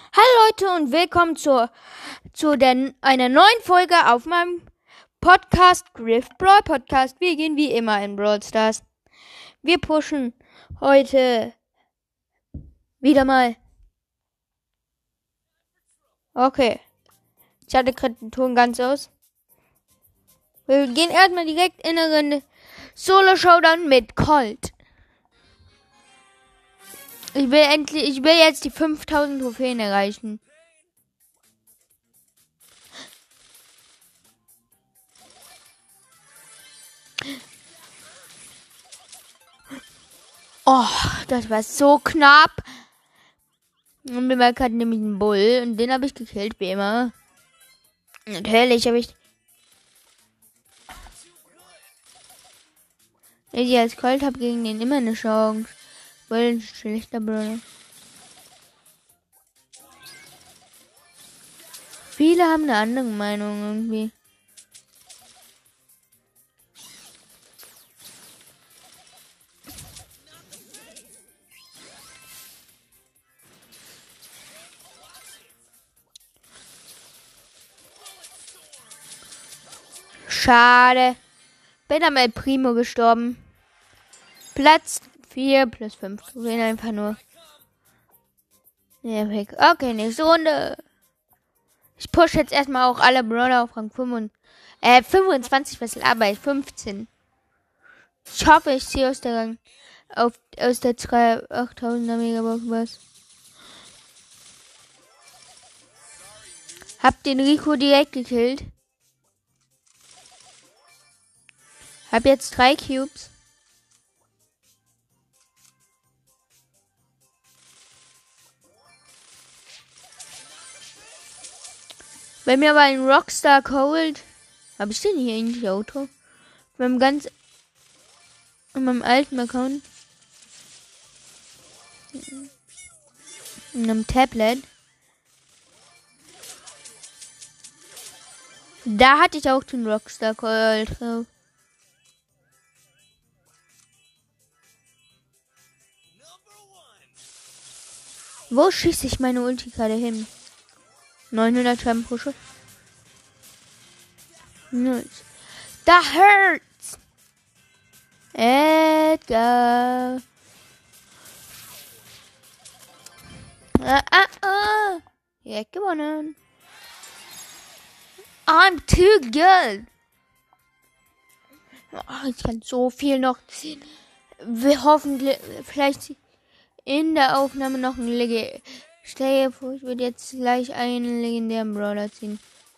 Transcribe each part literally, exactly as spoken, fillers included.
Hallo Leute und willkommen zur, zu der, einer neuen Folge auf meinem Podcast Griff Brawl Podcast. Wir gehen wie immer in Brawl Stars. Wir pushen heute wieder mal. Okay. Ich hatte gerade den Ton ganz aus. Wir gehen erstmal direkt in eine Solo-Showdown mit Colt. Ich will endlich, ich will jetzt die fünftausend Trophäen erreichen. Oh, das war so knapp. Und mir war gerade nämlich ein Bull und den habe ich gekillt, wie immer. Natürlich habe ich. Ich als Colt habe gegen den immer eine Chance. Weil ein schlechter Bruder. Viele haben eine andere Meinung irgendwie. Schade. Bin am El Primo gestorben. Platz vier plus fünf. Wir sehen einfach nur. Ja, weg. Okay, nächste Runde. Ich push jetzt erstmal auch alle Brawler auf Rang fünfundzwanzig. Äh, fünfundzwanzig, was aber fünfzehn. Ich hoffe, ich ziehe aus der Rang. Auf, aus der achttausender Megabox was. Hab den Rico direkt gekillt. Hab jetzt drei Cubes. Bei mir war ein Rockstar Cold. Hab ich den hier eigentlich Auto? Mit meinem ganz. In meinem alten Account. In einem Tablet. Da hatte ich auch den Rockstar Cold drauf. Wo schieße ich meine Ulti gerade hin? neunhundert Schaden pro Schuss. Da hurts! Edgar. Ah, ah, ah. Ja, gewonnen. I'm too good. Oh, ich kann so viel noch ziehen. Wir hoffen, vielleicht in der Aufnahme noch ein Legende. Stell dir vor, ich würde jetzt gleich einen legendären Brawler ziehen.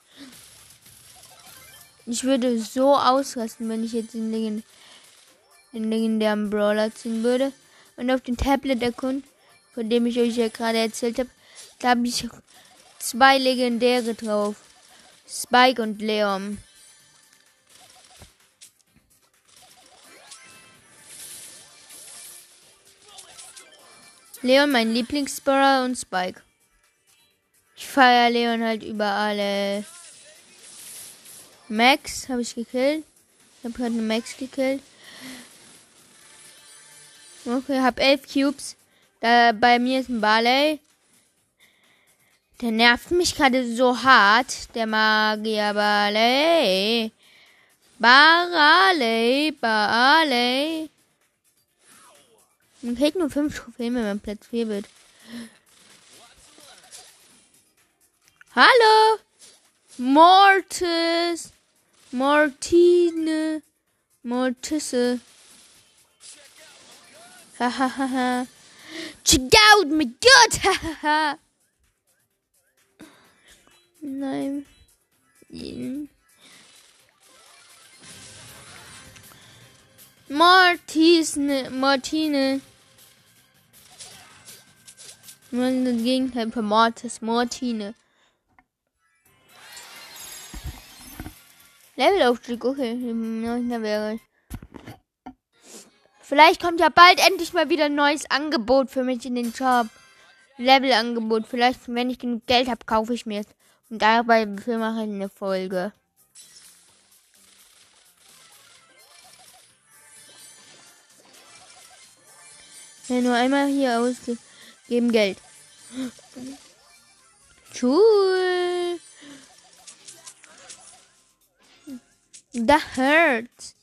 Ich würde so ausrasten, wenn ich jetzt den, Legend den legendären Brawler ziehen würde. Und auf den Tablet-Account, von dem ich euch ja gerade erzählt habe, da habe ich zwei legendäre drauf. Spike und Leon. Leon, mein Lieblingsbrawler und Spike. Ich feiere Leon halt über alle. Max habe ich gekillt. Ich habe gerade eine Max gekillt. Okay, habe elf Cubes. Da bei mir ist ein Barley. Der nervt mich gerade so hart. Der Magier Barley. Barley, Barley. Man kriegt nur fünf Trophäen, wenn man Platz vier wird. Hallo! Mortis! Mortine! Mortisse! Hahaha! Check out my god! Hahaha! Nein. Mortisne, Mortine. Nur das Gegenteil von Mortis, Mortine. Levelaufstieg, okay. Da wäre ich. Vielleicht kommt ja bald endlich mal wieder ein neues Angebot für mich in den Shop. Levelangebot. Vielleicht, wenn ich genug Geld habe, kaufe ich mir es. Und dabei mache ich eine Folge. Ja, nur einmal hier ausgeben Geld. Cool. Das hurt.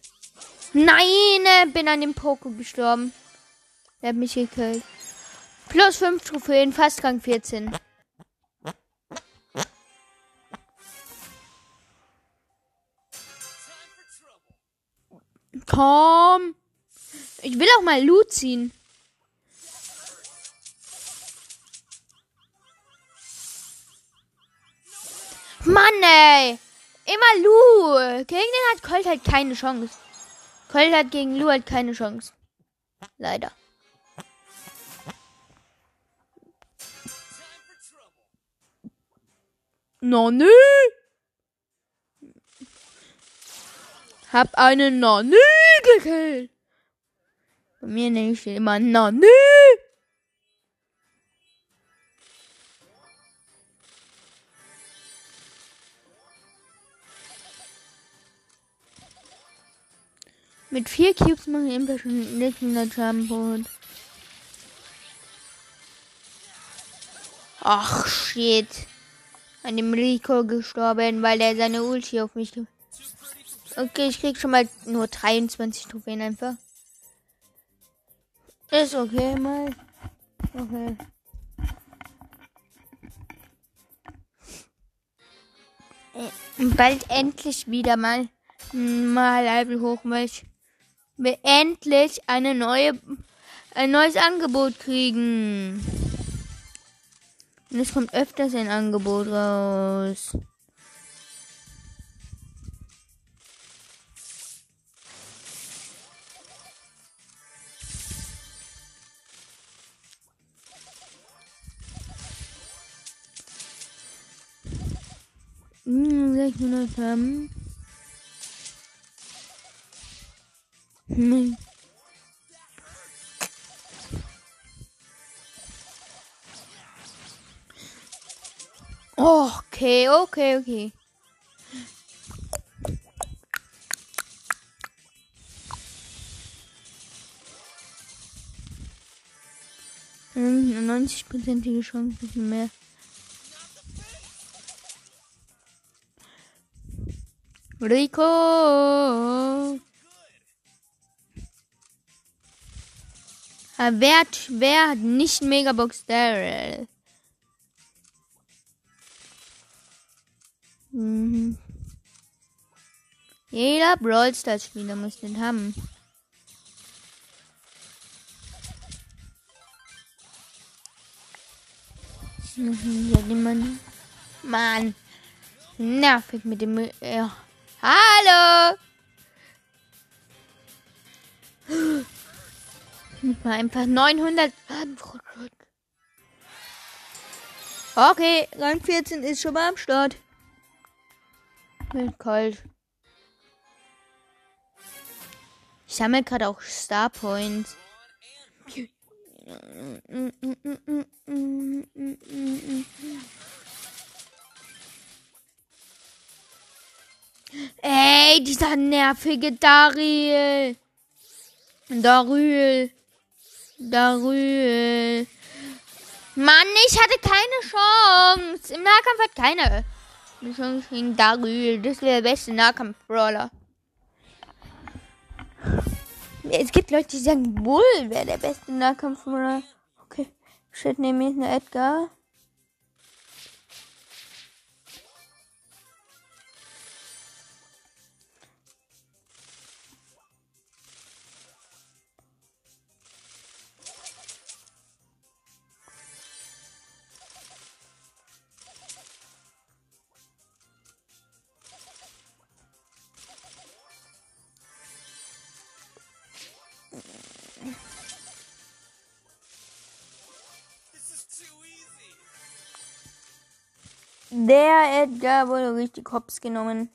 Nein, bin an dem Poko gestorben. Der hat mich gekillt. Plus fünf Trophäen, fast Rang vierzehn. Komm. Ich will auch mal Loot ziehen. Mann, ey. Immer Lu. Gegen den hat Colt halt keine Chance. Colt hat gegen Lu halt keine Chance. Leider. Nani? Hab einen Nani gekillt. Bei mir nenne ich den immer Nani. Mit vier Cubes mache ich immer schon sechshundert Schaden. Ach, shit. An dem Rico gestorben, weil er seine Ulti auf mich... Okay, ich krieg schon mal nur dreiundzwanzig Trophäen einfach. Ist okay mal. Okay. Bald endlich wieder mal mal Level hoch, weil ich wir endlich eine neue ein neues Angebot kriegen. Und es kommt öfters ein Angebot raus. Hm, sechshundert haben. Hm. Okay, okay, okay. Hm, neunzig-prozentige Chance, bisschen mehr. Rico! Wer hat, wer hat nicht Megabox Daryl? Mhm. Jeder Brawl Stars Spieler muss den haben. Mhm, ja, niemand. Mann. Nervig mit dem. Ja. Hallo! Ich war einfach neunhundert. Okay, Rang vierzehn ist schon mal am Start. Mit Colt. Ich sammle gerade auch Star Points. Ey, dieser nervige Daryl. Daryl. Daryl. Mann, ich hatte keine Chance. Im Nahkampf hat keiner eine Chance gegen Daryl. Das wäre der beste Nahkampf-Brawler. Es gibt Leute, die sagen, Bull wäre der beste Nahkampf-Brawler. Okay, shit, nehme ich eine Edgar. Der Edgar wurde richtig hops genommen.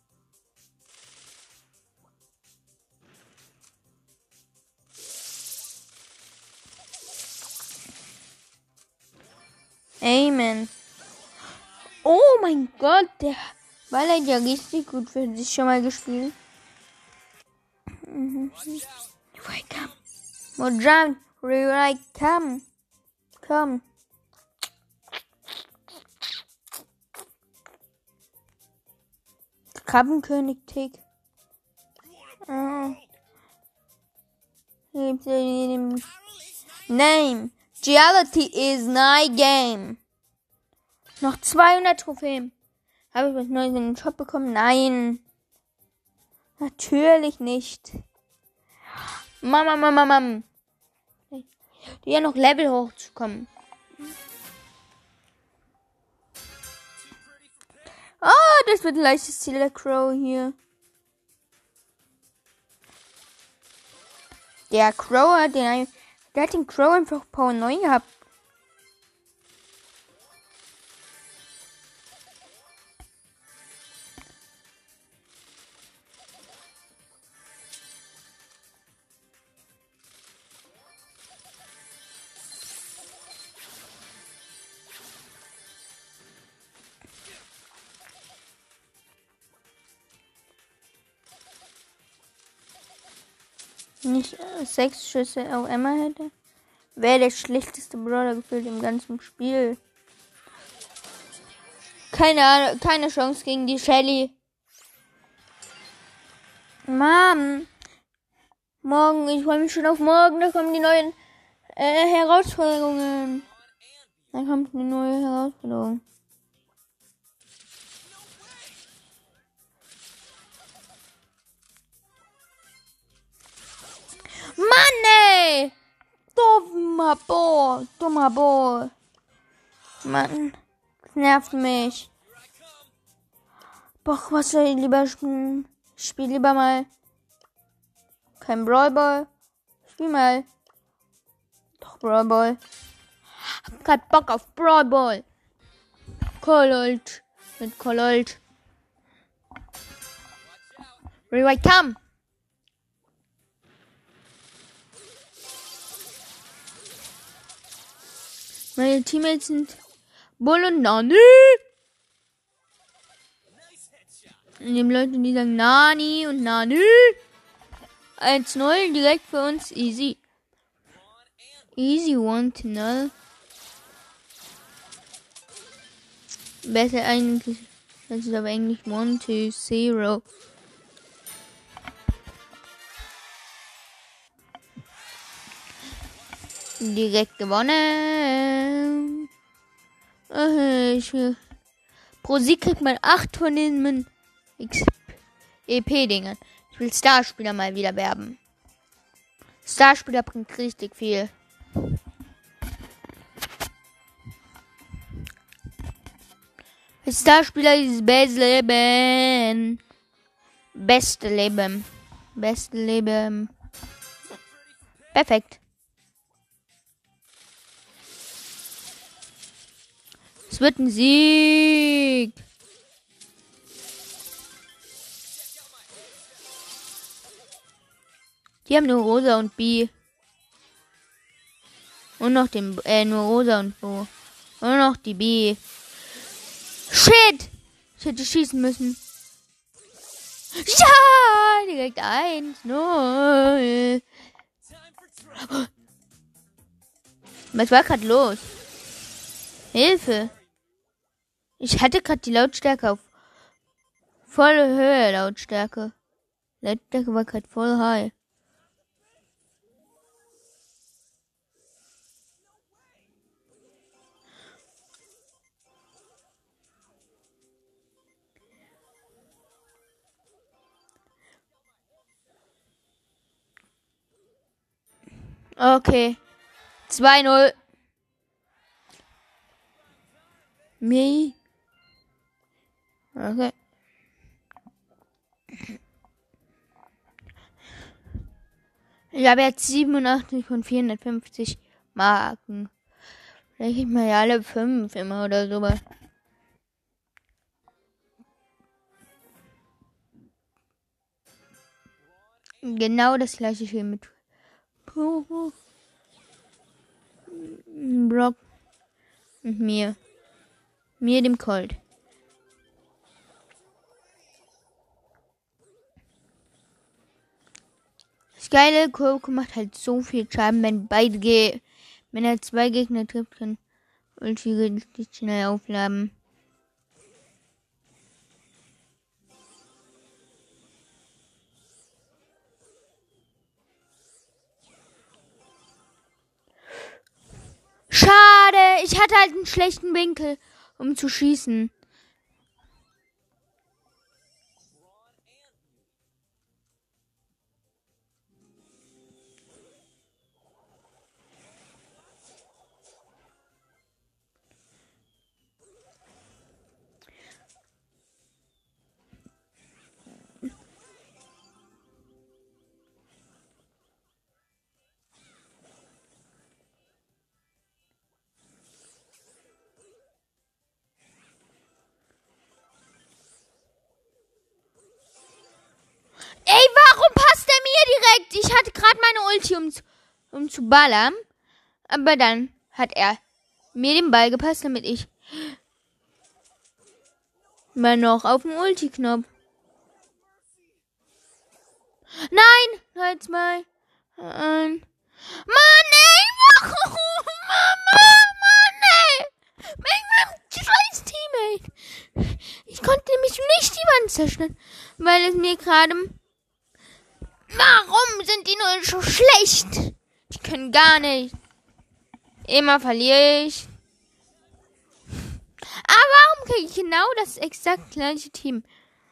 Amen. Oh mein Gott, der Ball hat ja richtig gut für sich schon mal gespielt. Mhm. Welcome. Mojang, welcome. Komm. Krabbenkönig Tick. Oh. Name. Duality is night game. Noch zweihundert Trophäen. Habe ich was Neues in den Shop bekommen? Nein. Natürlich nicht. Mama, Mama, Mama. Die ja noch Level hochzukommen. Oh, das wird ein leichtes Ziel, der Crow hier. Der Crow hat den, der hat den Crow einfach Power neun gehabt. Nicht äh, sechs Schüsse auf Emma hätte, wäre der schlechteste Brawler gefühlt im ganzen Spiel. Keine Ahnung, keine Chance gegen die Shelly. Mom, morgen, ich freue mich schon auf morgen, da kommen die neuen äh, Herausforderungen. Da kommt eine neue Herausforderung. Mann, ey! Dummer Bo, dummer Bo. Mann, das nervt mich. Boah, was soll ich lieber spielen? Ich spiel lieber mal kein Brawl Ball. Spiel mal. Doch, Brawl Ball. Hab grad Bock auf Brawl Ball. Colt. Mit Colt. Rewind, komm! Meine Teammates sind Bull und Nani. Und die Leute, die sagen Nani und Nani. eins null direkt für uns. Easy. Easy one to null. Besser eigentlich. Das ist aber eigentlich one to zero. Direkt gewonnen. Ich, pro Sieg kriegt man acht von den E P-Dingern. Ich will Starspieler mal wieder werben. Starspieler bringt richtig viel. Starspieler ist das beste Leben. Beste Leben. Beste Leben. Perfekt. Es wird ein Sieg. Die haben nur Rosa und B. Und noch den, äh, nur Rosa und Bo. Und noch die B. Shit! Ich hätte schießen müssen. Ja! Direkt eins. null. Was war gerade los? Hilfe! Ich hatte gerade die Lautstärke auf volle Höhe, Lautstärke. Lautstärke war gerade voll high. Okay. zwei null. Me. Okay. Ich habe jetzt siebenundachtzig von vierhundertfünfzig Marken. Vielleicht kriegt man ja alle fünf immer oder sowas. Genau das gleiche hier mit Brock und mir. Mir, dem Colt. Das geile Coco macht halt so viel Schaden, wenn beide Ge wenn er zwei Gegner trifft, kann Ulti richtig schnell aufladen. Schade, ich hatte halt einen schlechten Winkel, um zu schießen. Ey, warum passt der mir direkt? Ich hatte gerade meine Ulti, um, um zu ballern. Aber dann hat er mir den Ball gepasst, damit ich mal noch auf den Ulti-Knopf. Nein! Halt's mal. Mann, ey! Warum? Mama! Mann, ey! Mein scheiß Teammate! Ich konnte nämlich nicht die Wand zerstören, weil es mir gerade... Warum sind die nur so schlecht? Die können gar nicht. Immer verliere ich. Aber warum kriege ich genau das exakt gleiche Team?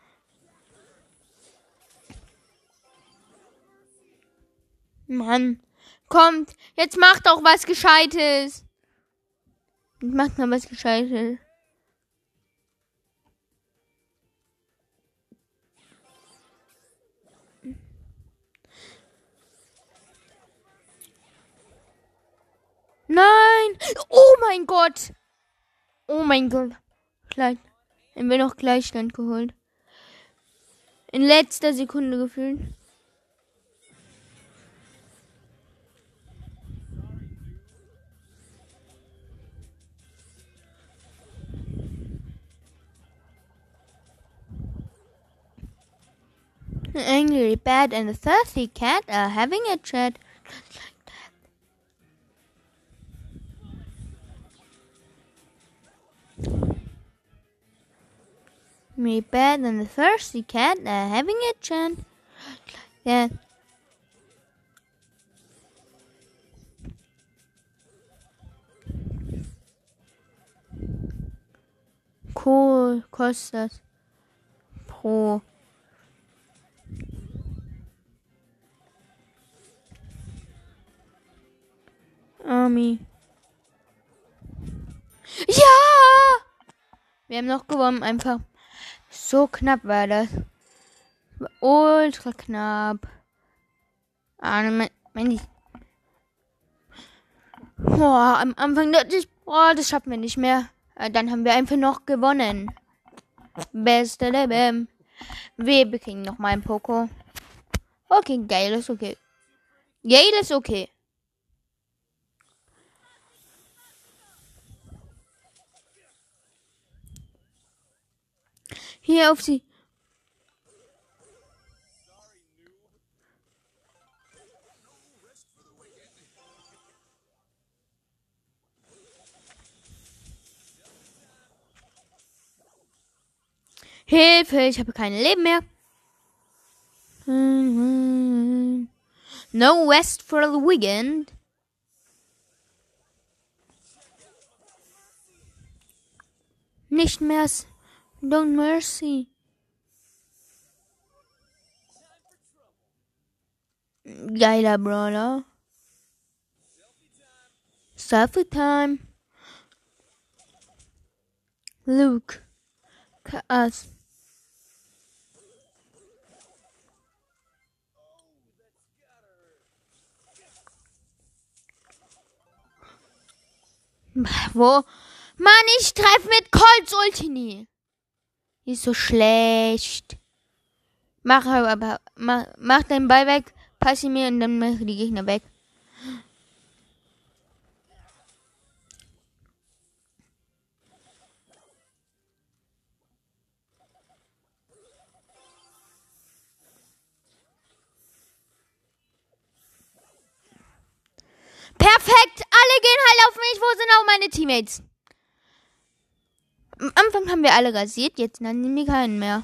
Mann, kommt, jetzt macht doch was Gescheites. Macht mal was Gescheites. Nein! Oh mein Gott! Oh mein Gott. Gleich. Haben wir noch Gleichstand geholt. In letzter Sekunde gefühlt. An angry bat and a thirsty cat are having a chat. Me bat and a thirsty cat are having a chat. Yeah. Cool, kostet das pro Army. Ja! Wir haben noch gewonnen, einfach. So knapp war das. Ultra knapp. Ah, mein, mein Boah, am Anfang dachte ich, boah, das schaffen wir nicht mehr. Dann haben wir einfach noch gewonnen. Beste Leben. Wir bekriegen noch mal ein Poko. Okay, geil, ist okay. Geil ist okay. Hier auf sie. Hilfe, ich habe kein Leben mehr. No rest for the weekend. Nicht mehr. Don't mercy. Geiler Brawler. Selfie time. Luke. Chaos. Wo? Mann, ich treffe mit Colts Ulti nie. Die ist so schlecht. Mach aber, mach, mach deinen Ball weg, pass ihn mir und dann mach die Gegner weg. Perfekt, alle gehen halt auf mich. Wo sind auch meine Teammates? Am Anfang haben wir alle rasiert, jetzt nennen wir keinen mehr.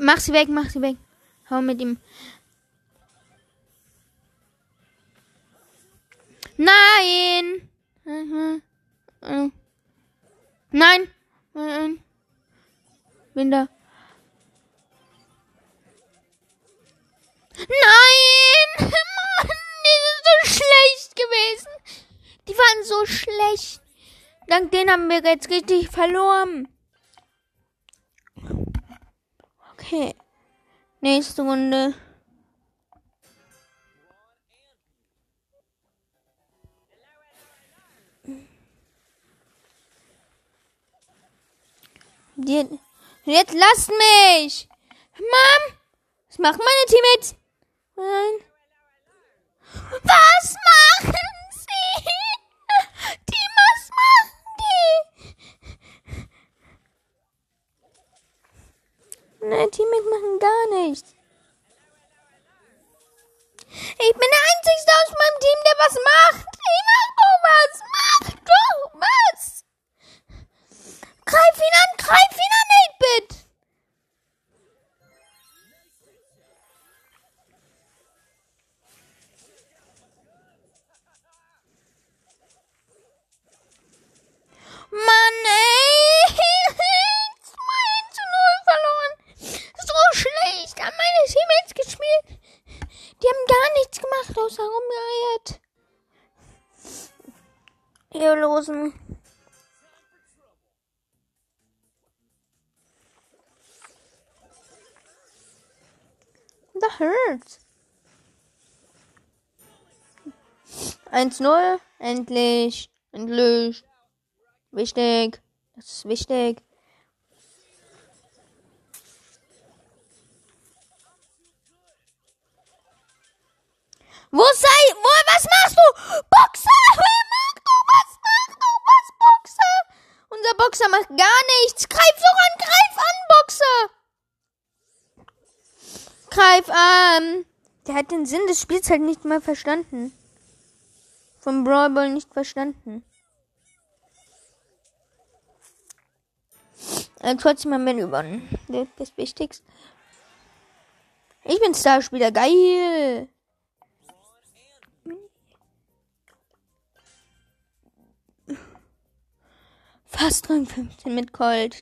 Mach sie weg, mach sie weg. Hau mit ihm. Nein! Nein! Nein! Bin da. Nein! Mann, die sind so schlecht gewesen. Die waren so schlecht. Dank denen haben wir jetzt richtig verloren. Okay. Nächste Runde. Die, jetzt lasst mich! Mom! Was machen meine Teammates? Nein. Was machen sie? Die, was machen die? Meine Teammates machen gar nichts. Ich bin der Einzige aus meinem Team, der was macht. Ich mach doch was. Mach doch was. Greif ihn an, greif ihn an, eight-Bit. Mann, ey. zwei zu null verloren. So schlecht an meine Teammates gespielt. Die haben gar nichts gemacht, außer rumgeeiert. Hier losen. That hurts. eins null. Endlich. Endlich. Wichtig. Das ist wichtig. Wo sei, wo, was machst du? Boxer! Mach du, was, mach du, was, Boxer? Unser Boxer macht gar nichts. Greif doch an, greif an, Boxer! Greif an. Der hat den Sinn des Spiels halt nicht mal verstanden. Vom Brawl Ball nicht verstanden. Äh, trotzdem haben wir gewonnen. Das Wichtigste. Ich bin Starspieler, geil. Fast Rang fünfzehn mit Colt.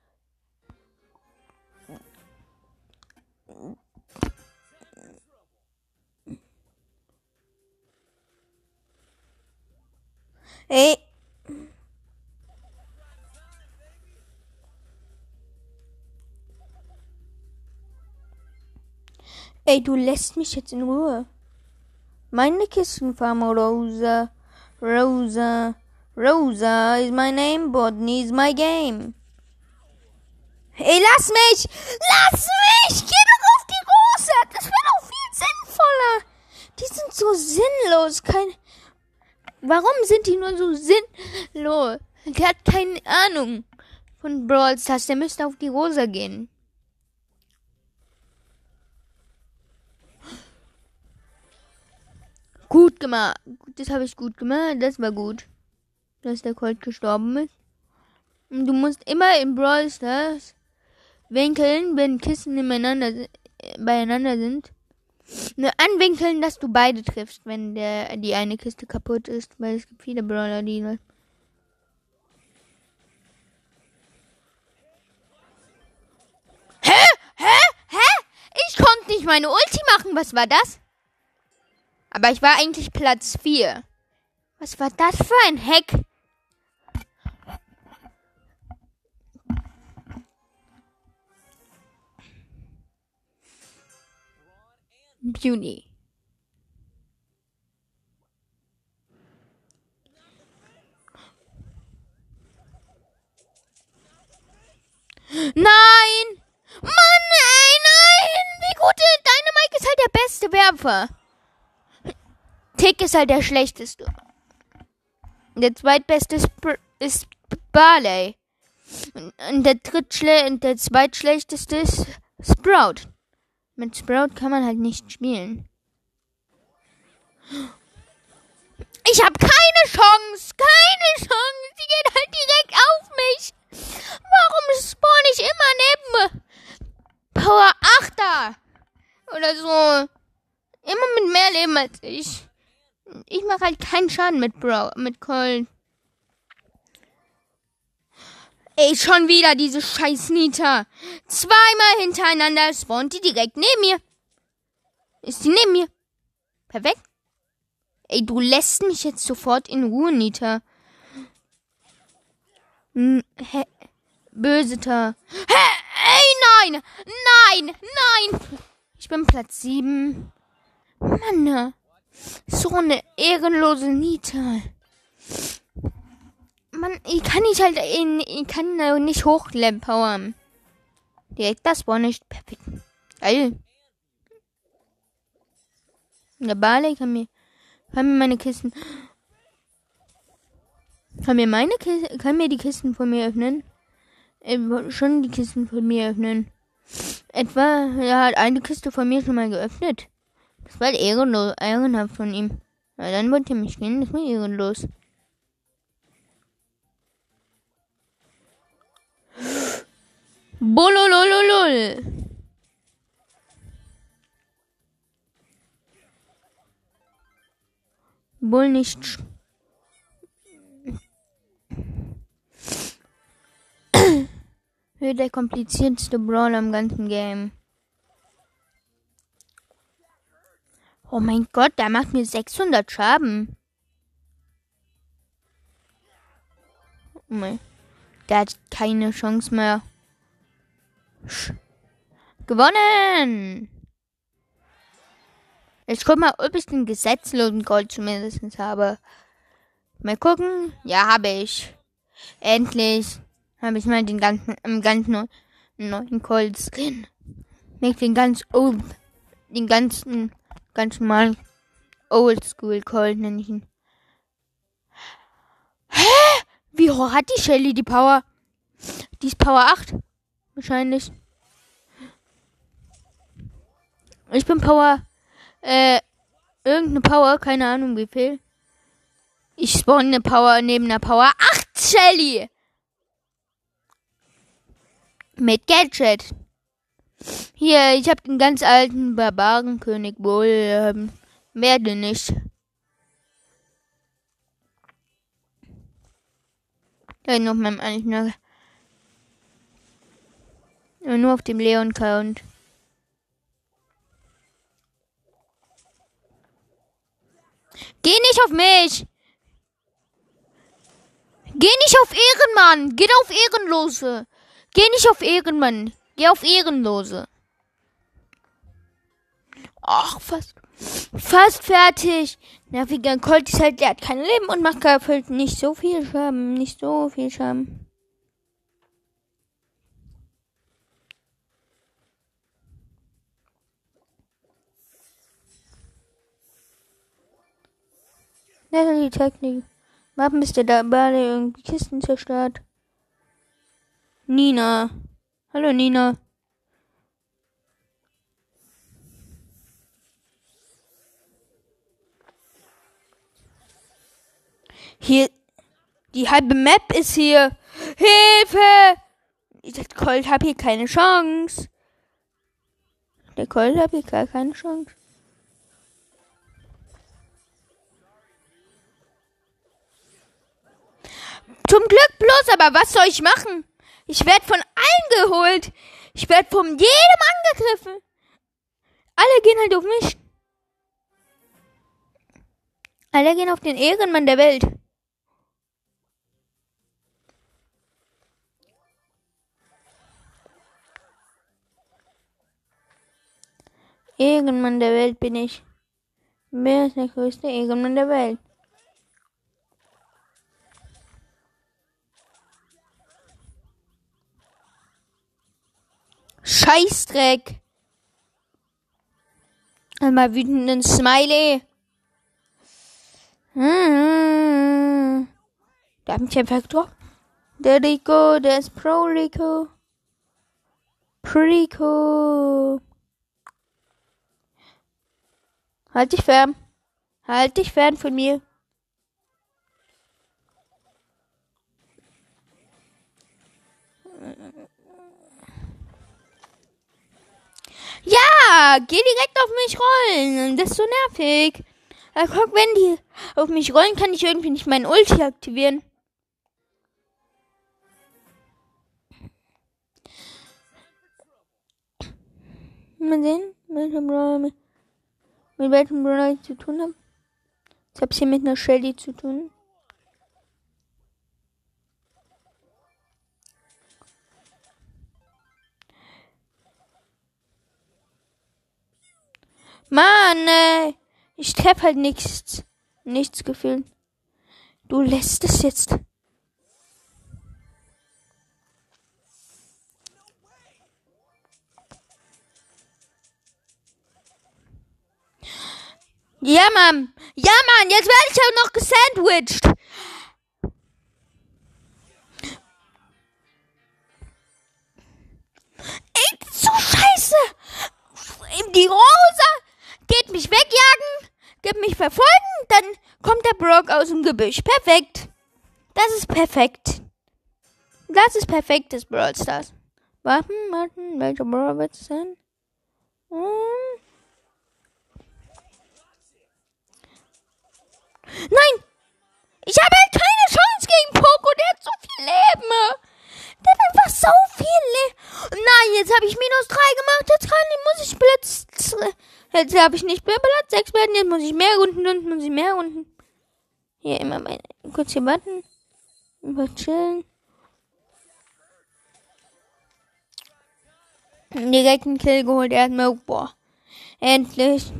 Ey. Ey, du lässt mich jetzt in Ruhe. Meine Kistenfarm, Rosa. Rosa. Rosa is my name, Bodney is my game. Ey, lass mich! Lass mich! Geh doch auf die Rosa! Das wäre doch viel sinnvoller! Die sind so sinnlos. Kein... Warum sind die nur so sinnlos? Der hat keine Ahnung von Brawl Stars. Der müsste auf die Rosa gehen. Gut gemacht. Das habe ich gut gemacht. Das war gut. Dass der Colt gestorben ist. Und du musst immer in Brawl Stars winkeln, wenn Kisten nebeneinander, äh, beieinander sind. Nur anwinkeln, dass du beide triffst, wenn der die eine Kiste kaputt ist. Weil es gibt viele Brawler, die... Hä? Hä? Hä? Ich konnte nicht meine Ulti machen. Was war das? Aber ich war eigentlich Platz vier. Was war das für ein Hack? Beauty. Nein! Mann, ey, nein! Wie gut, Dynamite ist halt der beste Werfer. Tick ist halt der schlechteste. Der zweitbeste ist, ist Barley. Und der drittschle und der zweitschlechteste ist Sprout. Mit Sprout kann man halt nicht spielen. Ich habe keine Chance. Keine Chance. Die geht halt direkt auf mich. Warum spawn ich immer neben Power als ich. Ich mache halt keinen Schaden mit Bro, mit Colt. Ey, schon wieder diese scheiß Nita. Zweimal hintereinander spawnt die direkt neben mir. Ist die neben mir? Perfekt. Ey, du lässt mich jetzt sofort in Ruhe, Nita. Hm, hä? Böseter. Hä? Ey, nein! Nein! Nein! Ich bin Platz sieben. Mann, so eine ehrenlose Nita. Mann, ich kann nicht halt, ich kann nicht hochpowern. Direkt das war nicht perfekt. Geil. Der Barley kann mir, kann mir meine Kisten, kann mir meine Kisten, kann mir die Kisten von mir öffnen. Er schon die Kisten von mir öffnen. Etwa, er hat eine Kiste von mir schon mal geöffnet. Das war ehrenlos, ehrenhaft von ihm. Ja, dann wollte er mich gehen, das war ehrenlos. Bololololol. Wohl nicht. Der kompliziertste Brawler im ganzen Game. Oh mein Gott, der macht mir sechshundert Schaden. Oh mein. Der hat keine Chance mehr. Sch. Gewonnen! Ich guck mal, ob ich den gesetzlosen Gold zumindest habe. Mal gucken. Ja, habe ich. Endlich habe ich mal den ganzen, im ganzen neuen Gold Skin. Nicht den ganz old, den ganzen, ganz normalen Oldschool Gold nenne ich ihn. Hä? Wie hoch hat die Shelly die Power? Die ist Power acht. Wahrscheinlich. Ich bin Power, äh, irgendeine Power, keine Ahnung wie viel. Ich spawn eine Power neben einer Power acht Shelly. Mit Gadget. Hier, ich habe den ganz alten Barbarenkönig wohl, ähm, werde nicht. Ja, noch meinem alten, nur auf dem Leon-Count. Geh nicht auf mich! Geh nicht auf Ehrenmann! Geh auf Ehrenlose! Geh nicht auf Ehrenmann! Geh auf Ehrenlose! Ach, fast, fast fertig! Nerviger Colt ist halt, der hat kein Leben und macht halt nicht so viel Schaden. Nicht so viel Schaden. Das ist die Technik. Warum ist der da Barley irgendwie Kisten zerstört? Nina. Hallo Nina. Hier, die halbe Map ist hier. Hilfe! Der Colt hat hier keine Chance. Der Colt hat hier gar keine Chance. Zum Glück bloß, aber was soll ich machen? Ich werde von allen geholt. Ich werde von jedem angegriffen. Alle gehen halt auf mich. Alle gehen auf den Ehrenmann der Welt. Ehrenmann der Welt bin ich. Wer ist der größte Ehrenmann der Welt? Scheißdreck. Einmal wütenden Smiley. Hm. Der hat mich einfach getroffen. Der Rico, der ist Pro Rico. Rico. Halt dich fern. Halt dich fern von mir. Ja, geh direkt auf mich rollen. Das ist so nervig. Aber guck, wenn die auf mich rollen, kann ich irgendwie nicht meinen Ulti aktivieren. Mal sehen, mit welchem Brawler, mit, mit welchem Brawler ich zu tun habe. Ich habe es hier mit einer Shelly zu tun. Mann, ey. Ich treffe halt nichts. Nichts gefühlt. Du lässt es jetzt. Ja, Mann. Ja, Mann. Jetzt werde ich auch noch gesandwiched. Ey, so scheiße. Die Rosa geht mich wegjagen, geht mich verfolgen, dann kommt der Brock aus dem Gebüsch. Perfekt. Das ist perfekt. Das ist perfektes Brawl Stars. Warten, warten, welcher Brawl wird es sein? Hm. Nein! Ich habe halt keine Chance gegen Poco, der hat so viel Leben. Der hat einfach so viel Leben. Nein, jetzt habe ich minus drei gemacht, jetzt kann ich, muss ich Platz... Jetzt habe ich nicht mehr Platz sechs werden, jetzt muss ich mehr Runden und muss ich mehr Runden. Hier immer mal kurz hier warten. Einfach chillen. Direkt einen Kill geholt, er hat mir, boah, endlich.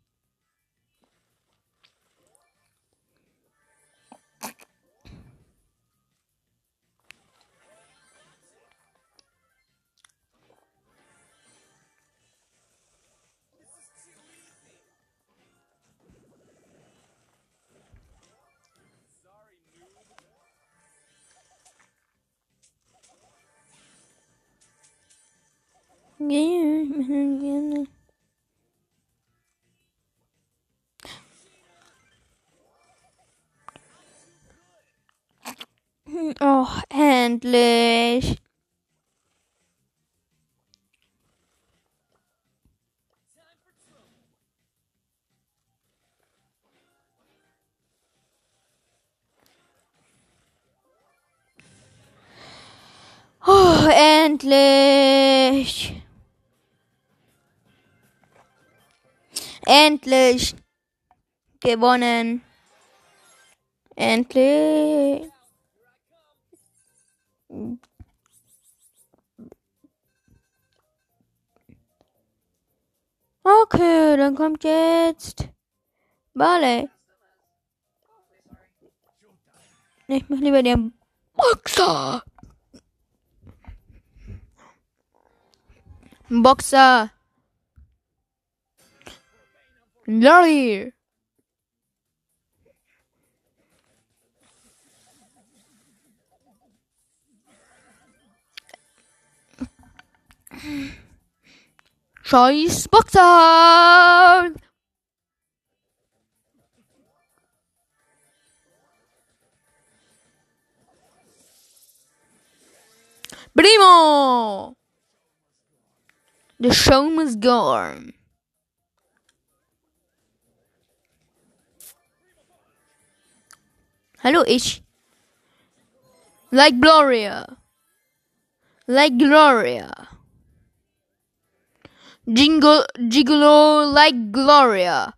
Oh, endlich. Oh, endlich. Endlich. Gewonnen. Endlich. Okay, dann kommt jetzt Barley. Ich mach lieber den Boxer. Boxer. Lorry. Scheiß Boxer. Primo. The show must go on. Hallo, ich. Like Gloria. Like Gloria. Jingle, Gigolo like Gloria.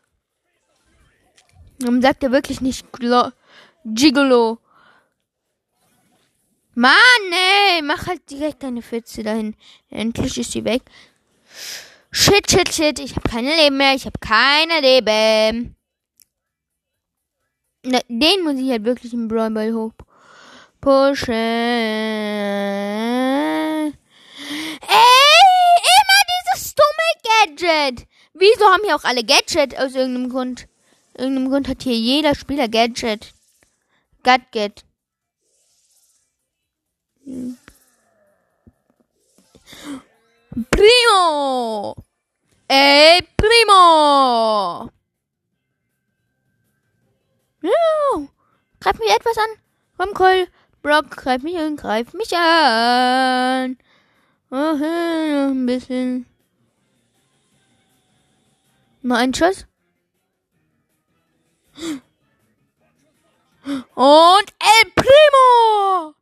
Warum sagt er wirklich nicht Glo Gigolo? Mann, ey, mach halt direkt deine Pfütze dahin. Endlich ist sie weg. Shit, shit, shit. Ich habe keine Leben mehr. Ich habe keine Leben. Na, den muss ich halt wirklich im Brawl Ball hoch pushen. Ey, immer dieses dumme Gadget. Wieso haben hier auch alle Gadget aus irgendeinem Grund? Irgendeinem Grund hat hier jeder Spieler Gadget. Gadget. Primo! Ey, Primo! Ja, greif mich etwas an. Komm, Cole. Brock, greif mich an, greif mich an. Oh, noch ein bisschen. Mal ein Schuss. Und El Primo!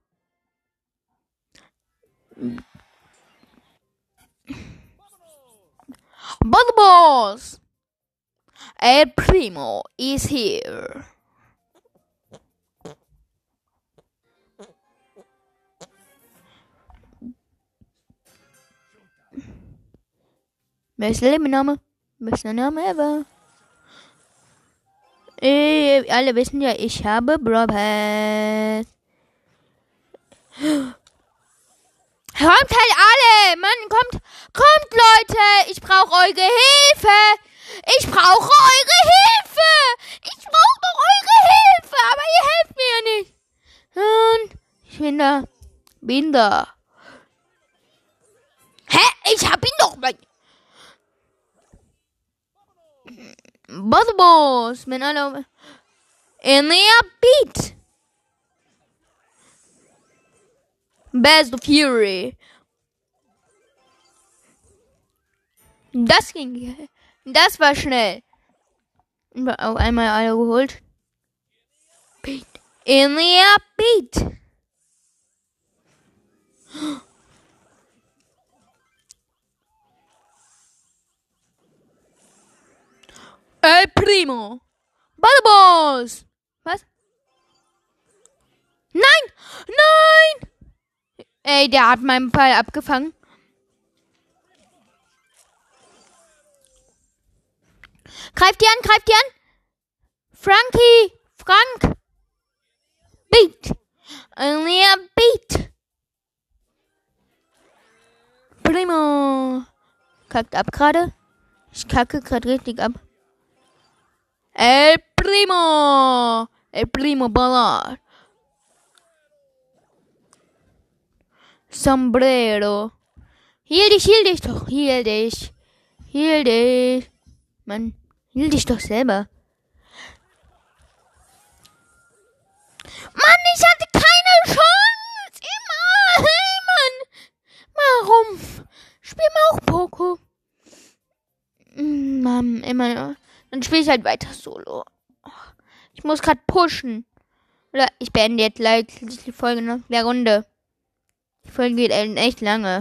Bubbles! El Primo is here. Bester Lebenname. Bester Name ever. Äh, alle wissen ja, ich habe Brawl Pass. Kommt halt alle! Mann, kommt, kommt Leute! Ich brauche eure Hilfe! Ich brauche eure Hilfe! Ich brauche doch eure Hilfe! Aber ihr helft mir ja nicht! Und ich bin da. Bin da. Hä? Ich hab ihn doch mal. Bubbles, wenn alle in der Beat. Best of Fury. Das ging. Das war schnell. Auf einmal alle geholt. Beat. In der Beat. El Primo. Bubbles. Was? Nein! Nein! Ey, der hat meinen Ball abgefangen. Greift die an, greift die an. Frankie. Frank. Beat. Ja, Beat. Primo. Kackt ab gerade. Ich kacke gerade richtig ab. El Primo. El Primo Ballard. Sombrero. Heal dich, heal dich doch. Heal dich. Heal dich. Mann, heal dich doch selber. Mann, ich hatte keine Chance. Immer. Hey, Mann. Warum? Spiel mal auch Poco. Mann, immer. Dann spiele ich halt weiter solo. Ich muss gerade pushen. Oder ich beende jetzt gleich die Folge nach der Runde. Die Folge geht echt lange.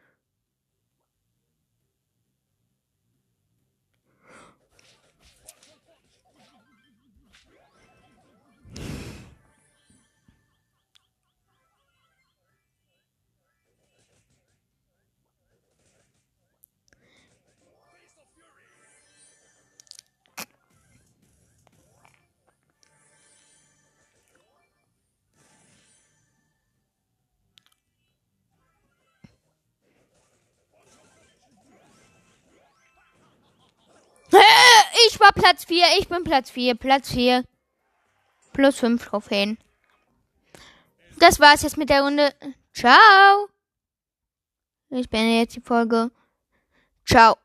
Ich war Platz vier, ich bin Platz vier, Platz vier. Plus fünf Trophäen. Das war's jetzt mit der Runde. Ciao. Ich beende jetzt die Folge. Ciao.